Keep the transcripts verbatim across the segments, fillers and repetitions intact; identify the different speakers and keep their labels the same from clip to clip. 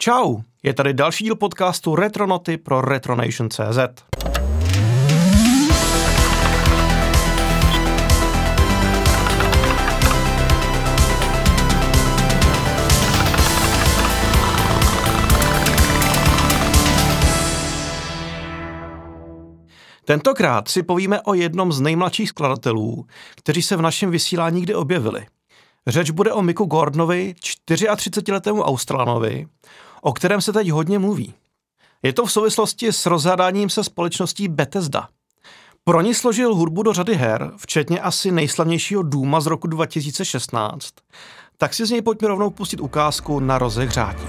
Speaker 1: Čau, je tady další díl podcastu Retronoty pro Retronation tečka cé zet. Tentokrát si povíme o jednom z nejmladších skladatelů, kteří se v našem vysílání kdy objevili. Řeč bude o Micku Gordonovi, třicetičtyřletému Australanovi, o kterém se teď hodně mluví. Je to v souvislosti s rozhádáním se společností Bethesda. Pro ní složil hudbu do řady her, včetně asi nejslavnějšího Dooma z roku dva tisíce šestnáct. Tak si z něj pojďme rovnou pustit ukázku na rozehřátí.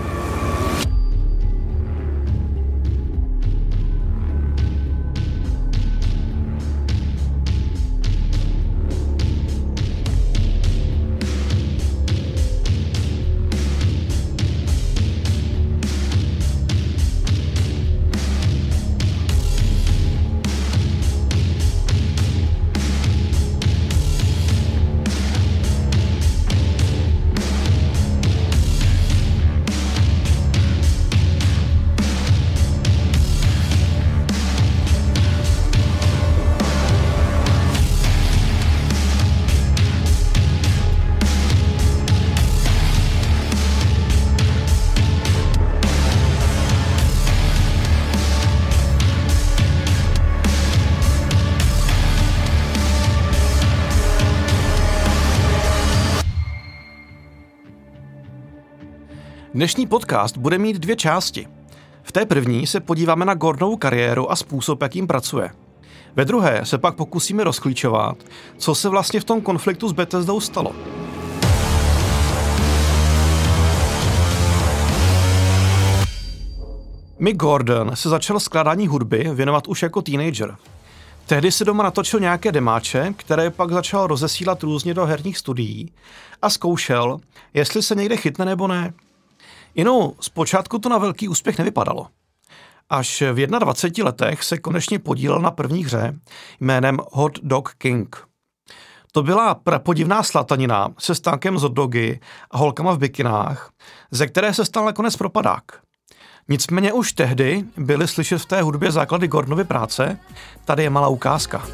Speaker 1: Dnešní podcast bude mít dvě části. V té první se podíváme na Gordonovu kariéru a způsob, jakým pracuje. Ve druhé se pak pokusíme rozklíčovat, co se vlastně v tom konfliktu s Bethesdou stalo. Mick Gordon se začal skládání hudby věnovat už jako teenager. Tehdy si doma natočil nějaké demáče, které pak začal rozesílat různě do herních studií a zkoušel, jestli se někde chytne nebo ne. Jinou zpočátku to na velký úspěch nevypadalo. Až v dvaceti jedné letech se konečně podílel na první hře jménem Hot Dog King. To byla prapodivná slatanina se stánkem z hot dogy a holkama v bikinách, ze které se stal nakonec propadák. Nicméně už tehdy byly slyšet v té hudbě základy Gordonovy práce, tady je malá ukázka.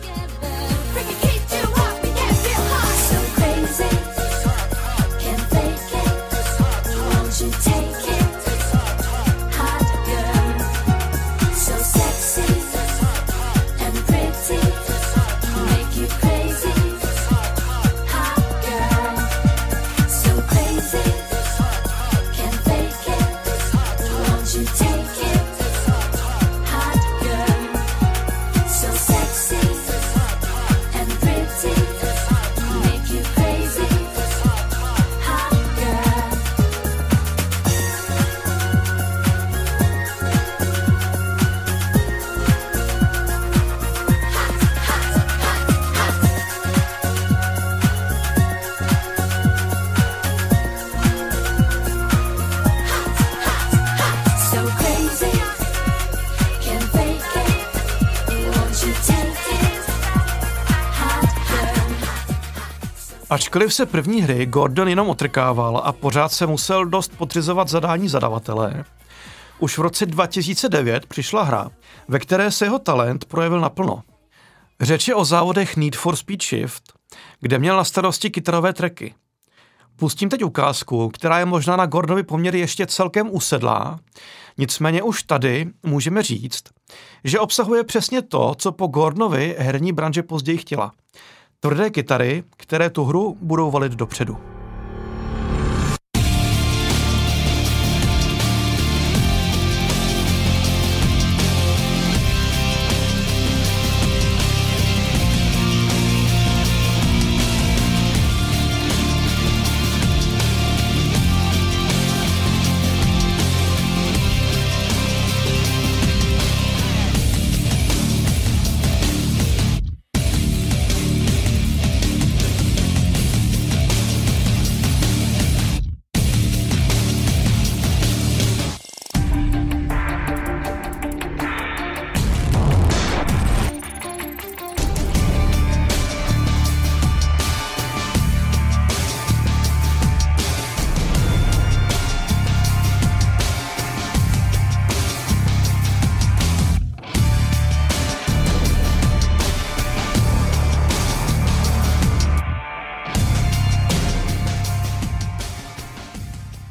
Speaker 1: Ačkoliv se první hry Gordon jenom otrkával a pořád se musel dost podřizovat zadání zadavatele, už v roce dva tisíce devět přišla hra, ve které se jeho talent projevil naplno. Řeč je o závodech Need for Speed Shift, kde měl na starosti kytarové tracky. Pustím teď ukázku, která je možná na Gordonovi poměry ještě celkem usedlá, nicméně už tady můžeme říct, že obsahuje přesně to, co po Gordonovi herní branže později chtěla. Tvrdé kytary, které tu hru budou valit dopředu.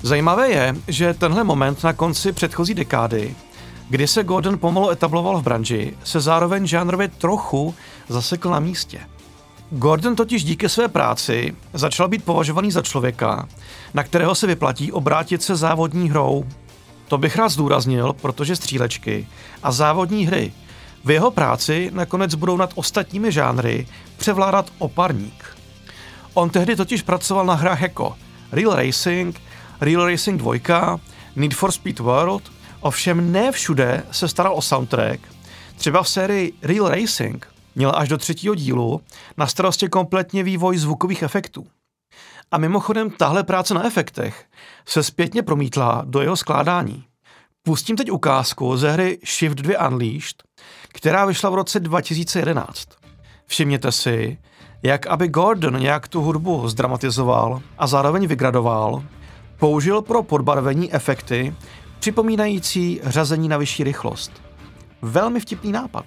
Speaker 1: Zajímavé je, že tenhle moment na konci předchozí dekády, kdy se Gordon pomalu etabloval v branži, se zároveň žánrově trochu zasekl na místě. Gordon totiž díky své práci začal být považovaný za člověka, na kterého se vyplatí obrátit se závodní hrou. To bych rád zdůraznil, protože střílečky a závodní hry v jeho práci nakonec budou nad ostatními žánry převládat oparník. On tehdy totiž pracoval na hrách jako Real Racing, Real Racing dva, Need for Speed World, ovšem ne všude se staral o soundtrack. Třeba v sérii Real Racing měl až do třetího dílu na starosti kompletně vývoj zvukových efektů. A mimochodem tahle práce na efektech se zpětně promítla do jeho skládání. Pustím teď ukázku ze hry Shift dva Unleashed, která vyšla v roce dva tisíce jedenáct. Všimněte si, jak aby Gordon nějak tu hudbu zdramatizoval a zároveň vygradoval, použil pro podbarvení efekty připomínající řazení na vyšší rychlost. Velmi vtipný nápad.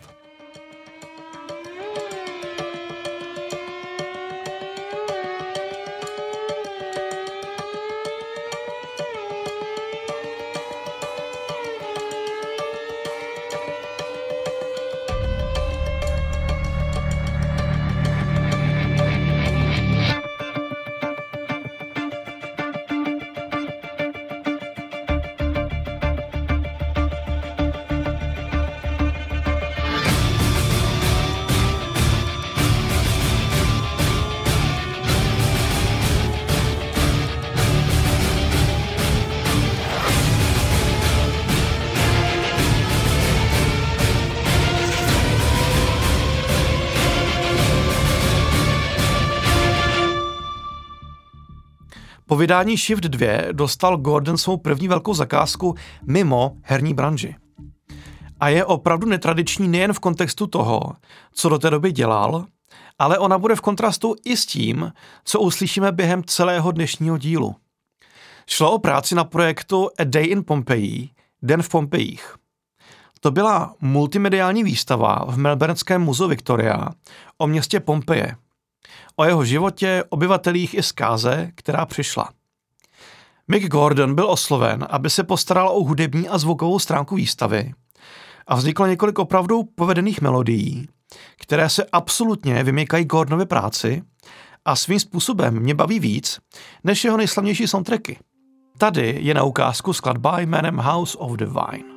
Speaker 1: Po vydání Shift dva dostal Gordon svou první velkou zakázku mimo herní branži. A je opravdu netradiční nejen v kontextu toho, co do té doby dělal, ale ona bude v kontrastu i s tím, co uslyšíme během celého dnešního dílu. Šlo o práci na projektu A Day in Pompeii, Den v Pompejích. To byla multimediální výstava v melbourneském muzeu Victoria o městě Pompeje. O jeho životě, obyvatelích i zkáze, která přišla. Mick Gordon byl osloven, aby se postaral o hudební a zvukovou stránku výstavy a vzniklo několik opravdu povedených melodií, které se absolutně vymykají Gordonově práci a svým způsobem mě baví víc než jeho nejslavnější soundtracky. Tady je na ukázku skladba jménem House of the Vine.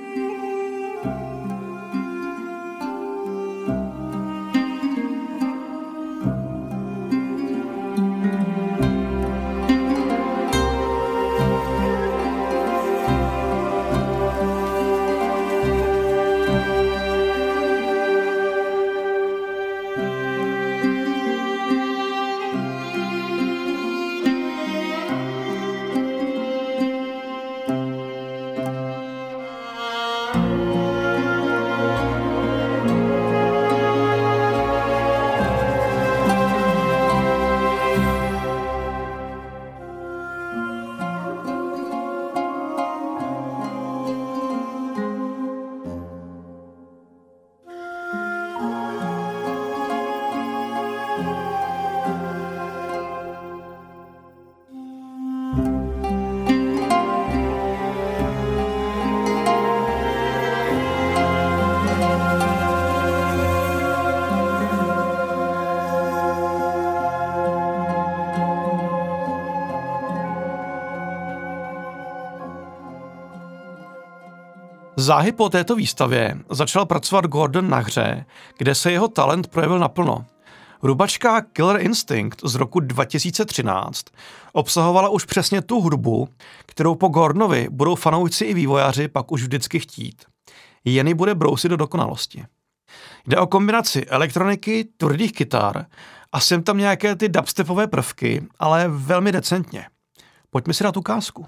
Speaker 1: Záhy po této výstavě začal pracovat Gordon na hře, kde se jeho talent projevil naplno. Hrubačka Killer Instinct z roku dva tisíce třináct obsahovala už přesně tu hudbu, kterou po Gordonovi budou fanoušci i vývojáři pak už vždycky chtít. Jen ji bude brousit do dokonalosti. Jde o kombinaci elektroniky, tvrdých kytar a sem tam nějaké ty dubstepové prvky, ale velmi decentně. Pojďme si dát ukázku.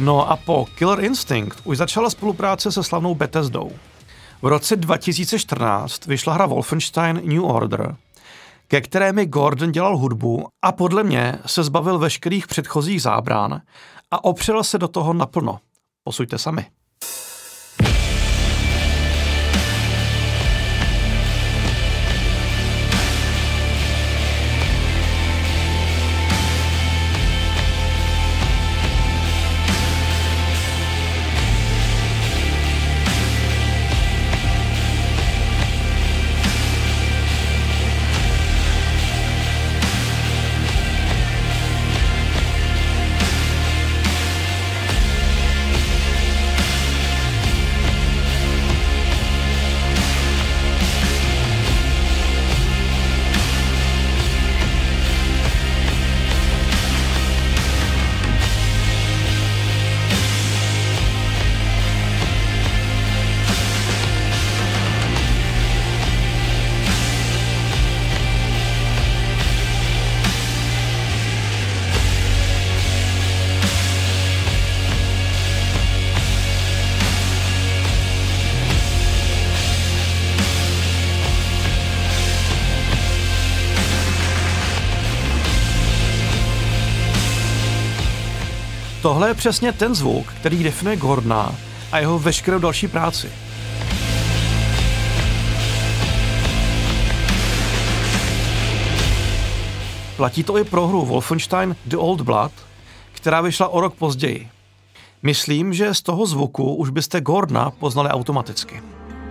Speaker 1: No a po Killer Instinct už začala spolupráce se slavnou Bethesdou. V roce dva tisíce čtrnáct vyšla hra Wolfenstein New Order, ke které mi Gordon dělal hudbu a podle mě se zbavil veškerých předchozích zábran a opřel se do toho naplno. Posuďte sami. Tohle je přesně ten zvuk, který definuje Gordona a jeho veškerou další práci. Platí to i pro hru Wolfenstein The Old Blood, která vyšla o rok později. Myslím, že z toho zvuku už byste Gordona poznali automaticky.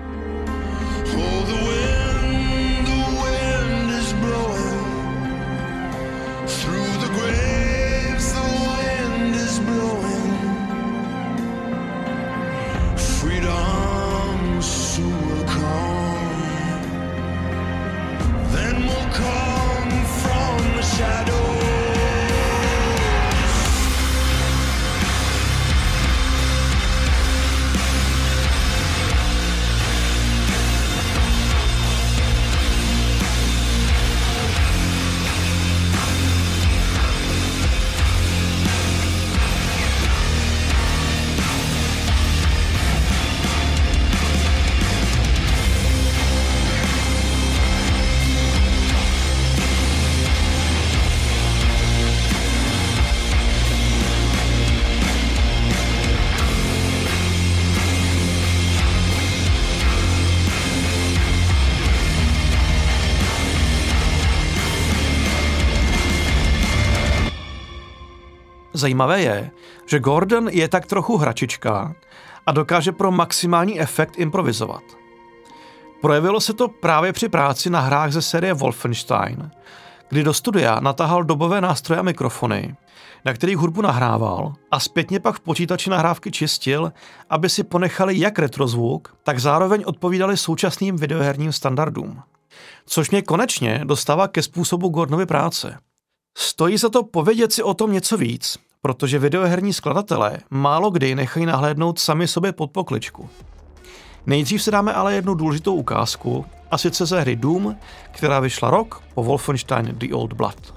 Speaker 1: Zajímavé je, že Gordon je tak trochu hračička a dokáže pro maximální efekt improvizovat. Projevilo se to právě při práci na hrách ze série Wolfenstein, kdy do studia natahal dobové nástroje a mikrofony, na kterých hudbu nahrával a zpětně pak v počítači nahrávky čistil, aby si ponechali jak retrozvuk, tak zároveň odpovídali současným videoherním standardům. Což mě konečně dostává ke způsobu Gordonovy práce. Stojí za to povědět si o tom něco víc, protože videoherní skladatelé málo kdy nechají nahlédnout sami sobě pod pokličku. Nejdřív si dáme ale jednu důležitou ukázku, a sice ze hry Doom, která vyšla rok po Wolfenstein The Old Blood.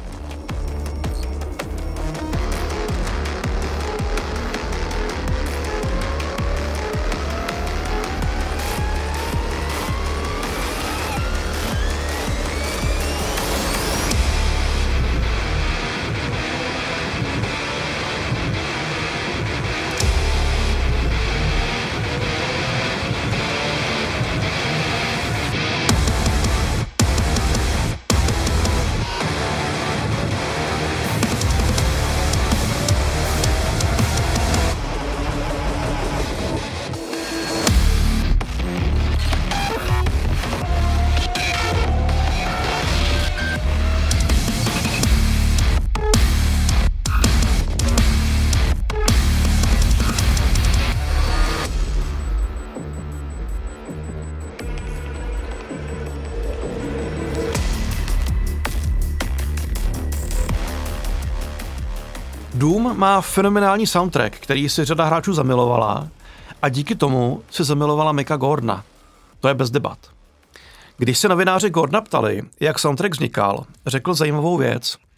Speaker 1: Doom má fenomenální soundtrack, který si řada hráčů zamilovala a díky tomu si zamilovala Micka Gordona. To je bez debat. Když se novináři Gordona ptali, jak soundtrack vznikal, řekl zajímavou věc.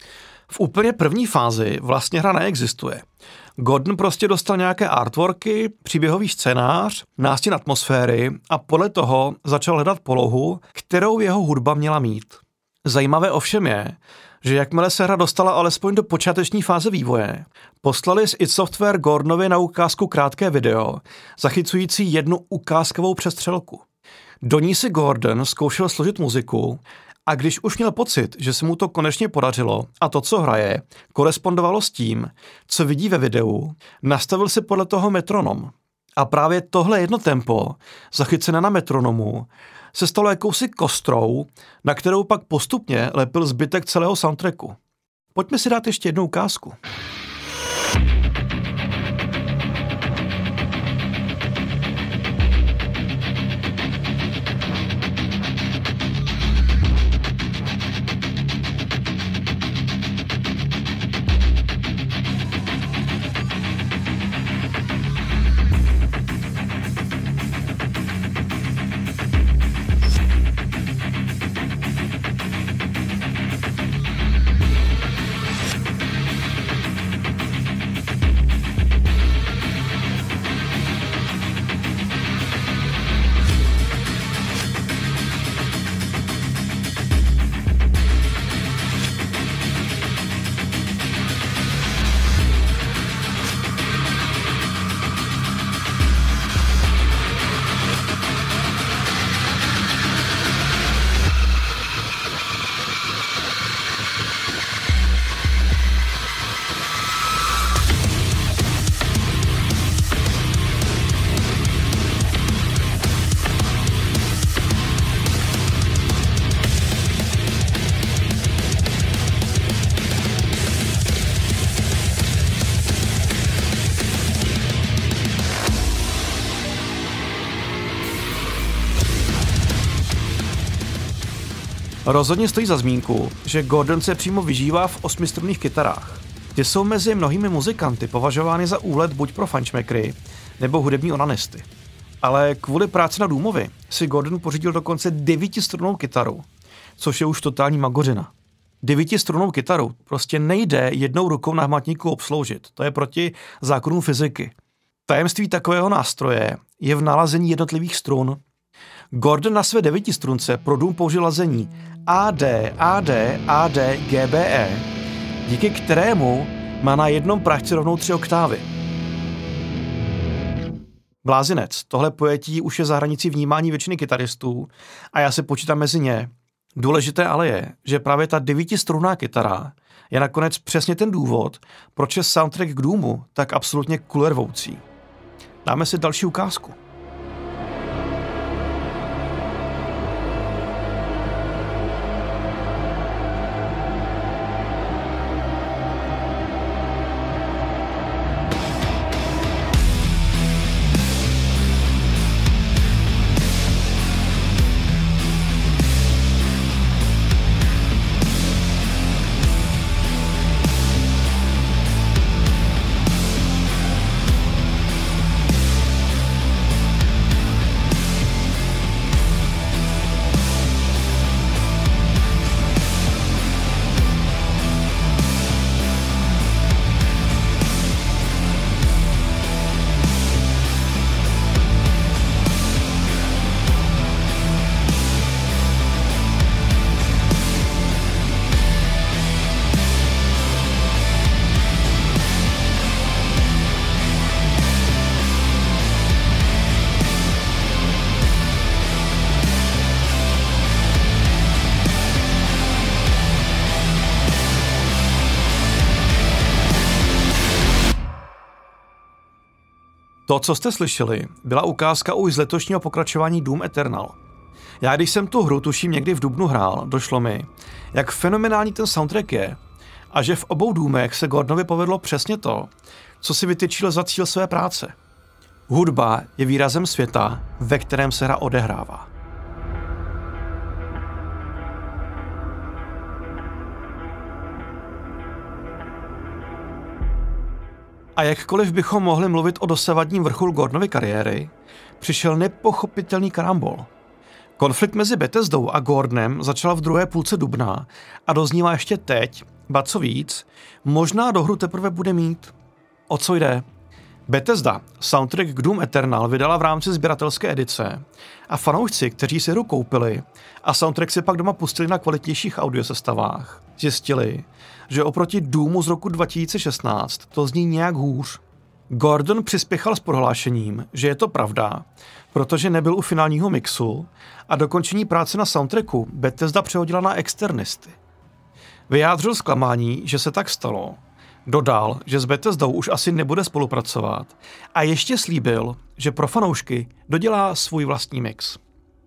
Speaker 1: V úplně první fázi vlastně hra neexistuje. Gordon prostě dostal nějaké artworky, příběhový scénář, nástin atmosféry a podle toho začal hledat polohu, kterou jeho hudba měla mít. Zajímavé ovšem je, že jakmile se hra dostala alespoň do počáteční fáze vývoje, poslali z id Software Gordonovi na ukázku krátké video, zachycující jednu ukázkovou přestřelku. Do ní si Gordon zkoušel složit muziku a když už měl pocit, že se mu to konečně podařilo a to, co hraje, korespondovalo s tím, co vidí ve videu, nastavil si podle toho metronom. A právě tohle jedno tempo, zachycené na metronomu, se stalo jakousi kostrou, na kterou pak postupně lepil zbytek celého soundtracku. Pojďme si dát ještě jednu ukázku. Rozhodně stojí za zmínku, že Gordon se přímo vyžívá v osmistrunných kytarách. Ty jsou mezi mnohými muzikanty považovány za úlet buď pro fančmekry, nebo hudební onanisty. Ale kvůli práci na Doomovi si Gordon pořídil dokonce devítistrunnou kytaru, což je už totální magořina. Devítistrunnou kytaru prostě nejde jednou rukou na hmatníku obsloužit, to je proti zákonům fyziky. Tajemství takového nástroje je v nalazení jednotlivých strun. Gordon na své devítistrunce pro Doom použil lazení A D, A D, A D, G B E, díky kterému má na jednom pražci rovnou tři oktávy. Blázinec, tohle pojetí už je za hranicí vnímání většiny kytaristů a já se počítám mezi ně. Důležité ale je, že právě ta devítistrunná kytara je nakonec přesně ten důvod, proč je soundtrack k Doomu tak absolutně kulervoucí. Dáme si další ukázku. To, co jste slyšeli, byla ukázka už z letošního pokračování Doom Eternal. Já když jsem tu hru tuším někdy v dubnu hrál, došlo mi, jak fenomenální ten soundtrack je a že v obou Doomech se Gordonovi povedlo přesně to, co si vytyčil za cíl své práce. Hudba je výrazem světa, ve kterém se hra odehrává. A jakkoliv bychom mohli mluvit o dosavadním vrcholu Gordonovy kariéry, přišel nepochopitelný karambol. Konflikt mezi Bethesdou a Gordonem začal v druhé půlce dubna a doznívá ještě teď, ba co víc, možná do hru teprve bude mít. O co jde? Bethesda soundtrack k Doom Eternal vydala v rámci sběratelské edice a fanoušci, kteří si hru koupili a soundtrack si pak doma pustili na kvalitnějších audiosestavách, zjistili, že oproti Doomu z roku dva tisíce šestnáct to zní nějak hůř. Gordon přispěchal s prohlášením, že je to pravda, protože nebyl u finálního mixu a dokončení práce na soundtracku Bethesda přehodila na externisty. Vyjádřil zklamání, že se tak stalo, dodal, že s Bethesdou už asi nebude spolupracovat a ještě slíbil, že pro fanoušky dodělá svůj vlastní mix.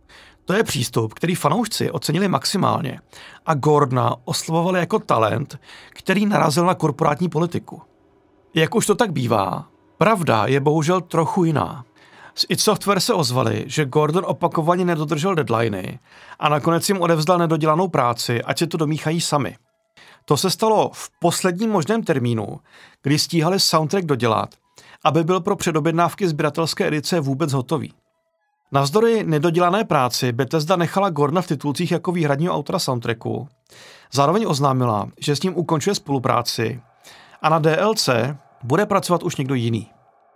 Speaker 1: To je přístup, který fanoušci ocenili maximálně a Gordona oslovovali jako talent, který narazil na korporátní politiku. Jak už to tak bývá, pravda je bohužel trochu jiná. Z id Software se ozvali, že Gordon opakovaně nedodržel deadliny a nakonec jim odevzdal nedodělanou práci, ať si to domíchají sami. To se stalo v posledním možném termínu, kdy stíhali soundtrack dodělat, aby byl pro předobjednávky sběratelské edice vůbec hotový. Navzdory nedodělané práci Bethesda nechala Gordona v titulcích jako výhradního autora soundtracku. Zároveň oznámila, že s ním ukončuje spolupráci a na D L C bude pracovat už někdo jiný.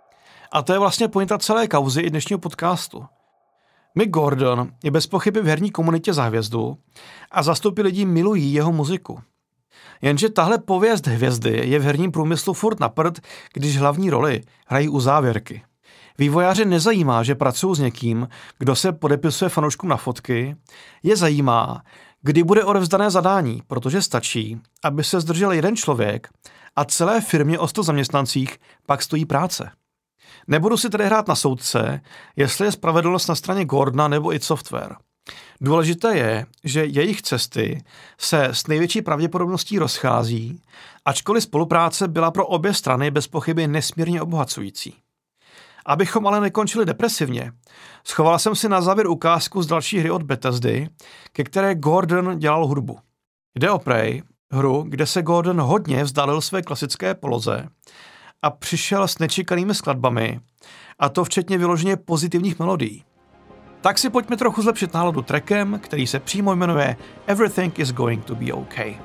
Speaker 1: A to je vlastně pointa celé kauzy i dnešního podcastu. Mick Gordon je bez pochyby v herní komunitě za hvězdu a zastupy lidí milují jeho muziku. Jenže tahle pověst hvězdy je v herním průmyslu furt na prd, když hlavní roli hrají u závěrky. Vývojáře nezajímá, že pracují s někým, kdo se podepisuje fanouškům na fotky, je zajímá, kdy bude odevzdané zadání, protože stačí, aby se zdržel jeden člověk a celé firmě o sto zaměstnancích pak stojí práce. Nebudu si tedy hrát na soudce, jestli je spravedlnost na straně Gordona nebo id Software. Důležité je, že jejich cesty se s největší pravděpodobností rozchází, ačkoliv spolupráce byla pro obě strany bez pochyby nesmírně obohacující. Abychom ale nekončili depresivně, schoval jsem si na závěr ukázku z další hry od Bethesdy, ke které Gordon dělal hudbu. Jde o Prey, hru, kde se Gordon hodně vzdálil své klasické poloze a přišel s nečekanými skladbami, a to včetně vyloženě pozitivních melodií. Tak si pojďme trochu zlepšit náladu trackem, který se přímo jmenuje Everything is Going to be Okay.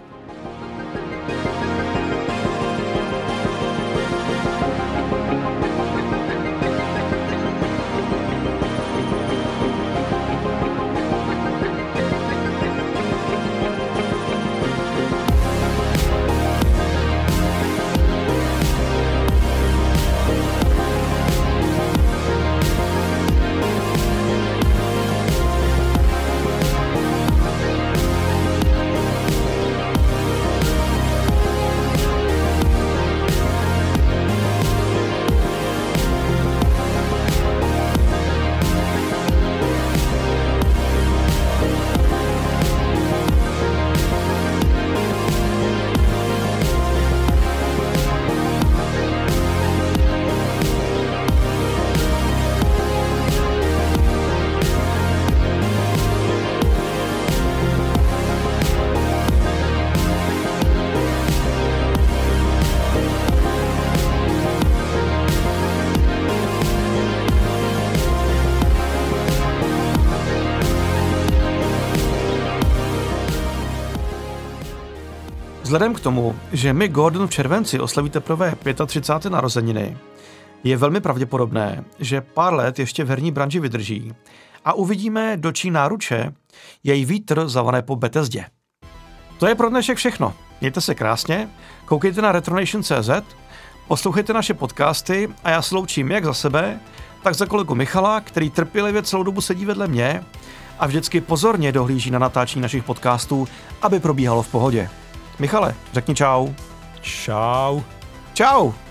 Speaker 1: Vzhledem k tomu, že Mick Gordon v červenci oslaví teprve třicáté páté narozeniny, je velmi pravděpodobné, že pár let ještě v herní branži vydrží a uvidíme, do čí náruče její vítr zavané po Bethesdě. To je pro dnešek všechno. Mějte se krásně, koukejte na retronation tečka cé zet, poslouchejte naše podcasty a já se loučím jak za sebe, tak za kolegu Michala, který trpělivě celou dobu sedí vedle mě a vždycky pozorně dohlíží na natáčení našich podcastů, aby probíhalo v pohodě. Michale, řekni čau.
Speaker 2: Čau.
Speaker 1: Čau.